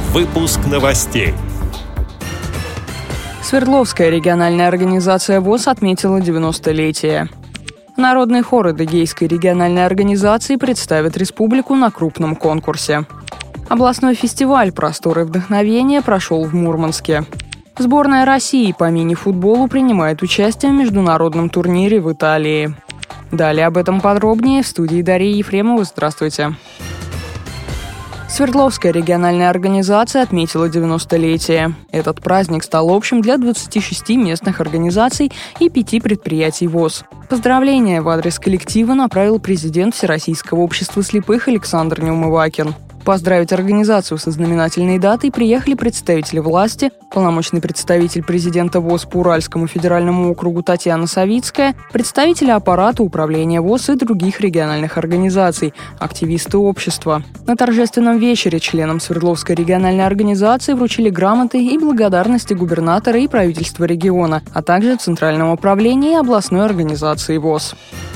Выпуск новостей. Свердловская региональная организация ВОС отметила 90-летие. Народный хор Адыгейской региональной организации представит республику на крупном конкурсе. Областной фестиваль «Просторы вдохновения» прошел в Мурманске. Сборная России по мини-футболу принимает участие в международном турнире в Италии. Далее об этом подробнее в студии Дарьи Ефремовой. Здравствуйте. Свердловская региональная организация отметила 90-летие. Этот праздник стал общим для 26 местных организаций и 5 предприятий ВОС. Поздравления в адрес коллектива направил президент Всероссийского общества слепых Александр Неумывакин. Поздравить организацию со знаменательной датой приехали представители власти, полномочный представитель президента ВОС по Уральскому федеральному округу Татьяна Савицкая, представители аппарата управления ВОС и других региональных организаций, активисты общества. На торжественном вечере членам Свердловской региональной организации вручили грамоты и благодарности губернатора и правительства региона, а также Центрального управления и областной организации ВОС.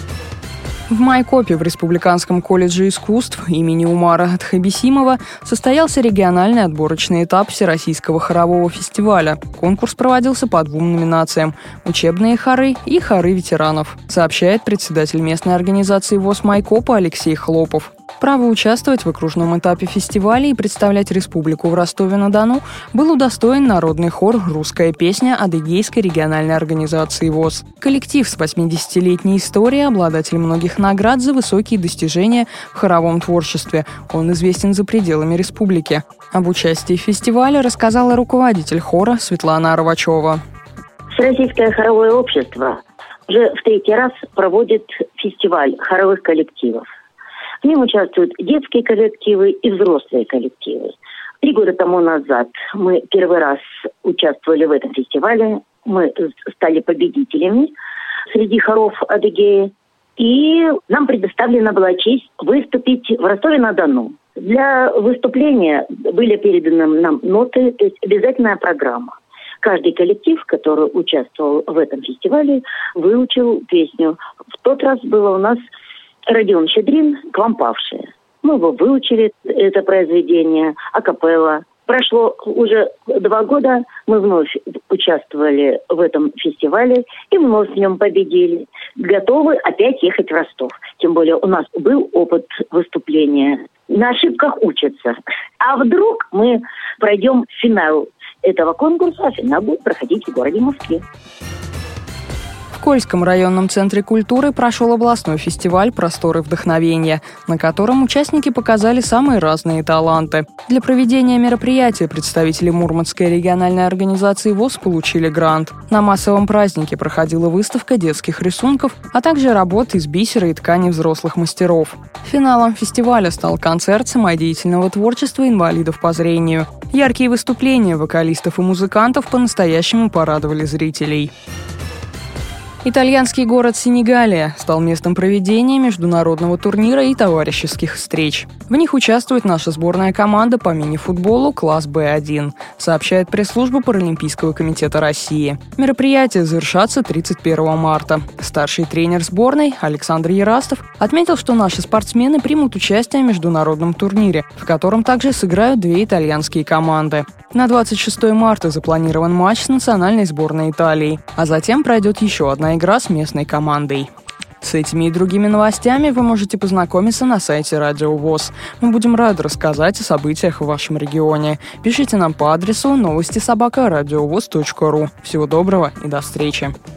В Майкопе в Республиканском колледже искусств имени Умара Тхабисимова состоялся региональный отборочный этап Всероссийского хорового фестиваля. Конкурс проводился по 2 номинациям – учебные хоры и хоры ветеранов, сообщает председатель местной организации ВОС Майкопа Алексей Хлопов. Право участвовать в окружном этапе фестиваля и представлять республику в Ростове-на-Дону был удостоен народный хор «Русская песня» Адыгейской региональной организации ВОС. Коллектив с 80-летней историей, обладатель многих наград за высокие достижения в хоровом творчестве. Он известен за пределами республики. Об участии в фестивале рассказала руководитель хора Светлана Арвачева. Всероссийское хоровое общество уже в 3-й раз проводит фестиваль хоровых коллективов. В нем участвуют детские коллективы и взрослые коллективы. 3 года тому назад мы первый раз участвовали в этом фестивале. Мы стали победителями среди хоров Адыгеи. И нам предоставлена была честь выступить в Ростове-на-Дону. Для выступления были переданы нам ноты, то есть обязательная программа. Каждый коллектив, который участвовал в этом фестивале, выучил песню. В тот раз было у нас Родион Щедрин «К вам павшие». Мы его выучили, это произведение, акапелла. Прошло уже 2 года, мы вновь участвовали в этом фестивале и вновь в нем победили. Готовы опять ехать в Ростов. Тем более у нас был опыт выступления. На ошибках учатся. А вдруг мы пройдем финал этого конкурса, а финал будет проходить в городе Москве. В Кольском районном центре культуры прошел областной фестиваль «Просторы вдохновения», на котором участники показали самые разные таланты. Для проведения мероприятия представители Мурманской региональной организации ВОС получили грант. На массовом празднике проходила выставка детских рисунков, а также работы из бисера и ткани взрослых мастеров. Финалом фестиваля стал концерт самодеятельного творчества инвалидов по зрению. Яркие выступления вокалистов и музыкантов по-настоящему порадовали зрителей. Итальянский город Сенегалия стал местом проведения международного турнира и товарищеских встреч. В них участвует наша сборная команда по мини-футболу класс Б1, сообщает пресс-служба Паралимпийского комитета России. Мероприятие завершатся 31 марта. Старший тренер сборной Александр Ерастов отметил, что наши спортсмены примут участие в международном турнире, в котором также сыграют 2 итальянские команды. На 26 марта запланирован матч с национальной сборной Италии, а затем пройдет еще одна игра с местной командой. С этими и другими новостями вы можете познакомиться на сайте Радио ВОС. Мы будем рады рассказать о событиях в вашем регионе. Пишите нам по адресу новости@радиовос.ру. Всего доброго и до встречи.